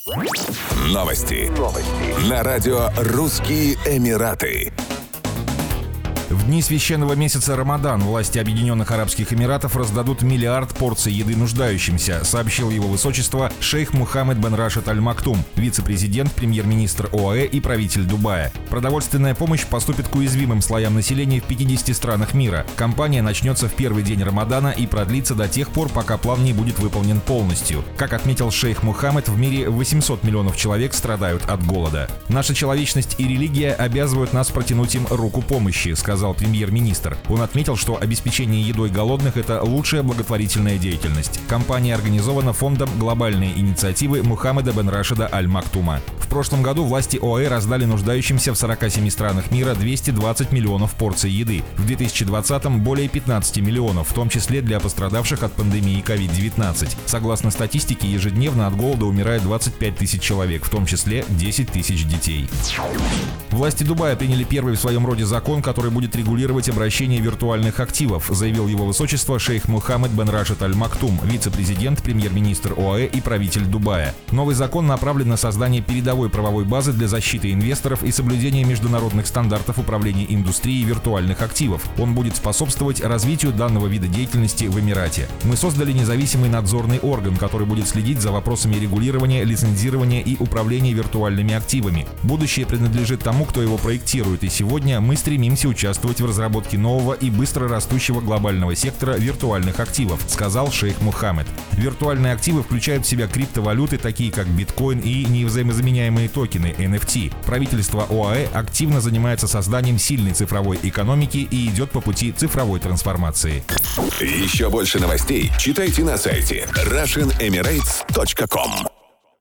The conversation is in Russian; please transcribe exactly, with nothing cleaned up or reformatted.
Новости. Новости. На радио «Русские Эмираты». В дни священного месяца Рамадан власти Объединенных Арабских Эмиратов раздадут миллиард порций еды нуждающимся, сообщил его высочество шейх Мухаммед бен Рашид Аль Мактум, вице-президент, премьер-министр ОАЭ и правитель Дубая. Продовольственная помощь поступит к уязвимым слоям населения в пятидесяти странах мира. Кампания начнется в первый день Рамадана и продлится до тех пор, пока план не будет выполнен полностью. Как отметил шейх Мухаммед, в мире восемьсот миллионов человек страдают от голода. Наша человечность и религия обязывают нас протянуть им руку помощи, сказал сказал премьер-министр. Он отметил, что обеспечение едой голодных – это лучшая благотворительная деятельность. Кампания организована фондом глобальной инициативы Мухаммеда бен Рашида Аль Мактума. В прошлом году власти ОАЭ раздали нуждающимся в сорока семи странах мира двести двадцать миллионов порций еды. В две тысячи двадцатом более пятнадцати миллионов, в том числе для пострадавших от пандемии ковид девятнадцать. Согласно статистике, ежедневно от голода умирает двадцать пять тысяч человек, в том числе десять тысяч детей. Власти Дубая приняли первый в своем роде закон, который будет регулировать обращение виртуальных активов, заявил его высочество шейх Мухаммед бен Рашид Аль Мактум, вице-президент, премьер-министр ОАЭ и правитель Дубая. Новый закон направлен на создание передовой правовой базы для защиты инвесторов и соблюдения международных стандартов управления индустрией виртуальных активов. Он будет способствовать развитию данного вида деятельности в Эмирате. Мы создали независимый надзорный орган, который будет следить за вопросами регулирования, лицензирования и управления виртуальными активами. Будущее принадлежит тому, кто его проектирует, и сегодня мы стремимся участвовать в разработке нового и быстро растущего глобального сектора виртуальных активов, сказал шейх Мухаммед. Виртуальные активы включают в себя криптовалюты, такие как биткоин и невзаимозаменяемые токены эн эф ти. Правительство ОАЭ активно занимается созданием сильной цифровой экономики и идет по пути цифровой трансформации. Еще больше новостей читайте на сайте Russian Emirates точка ком.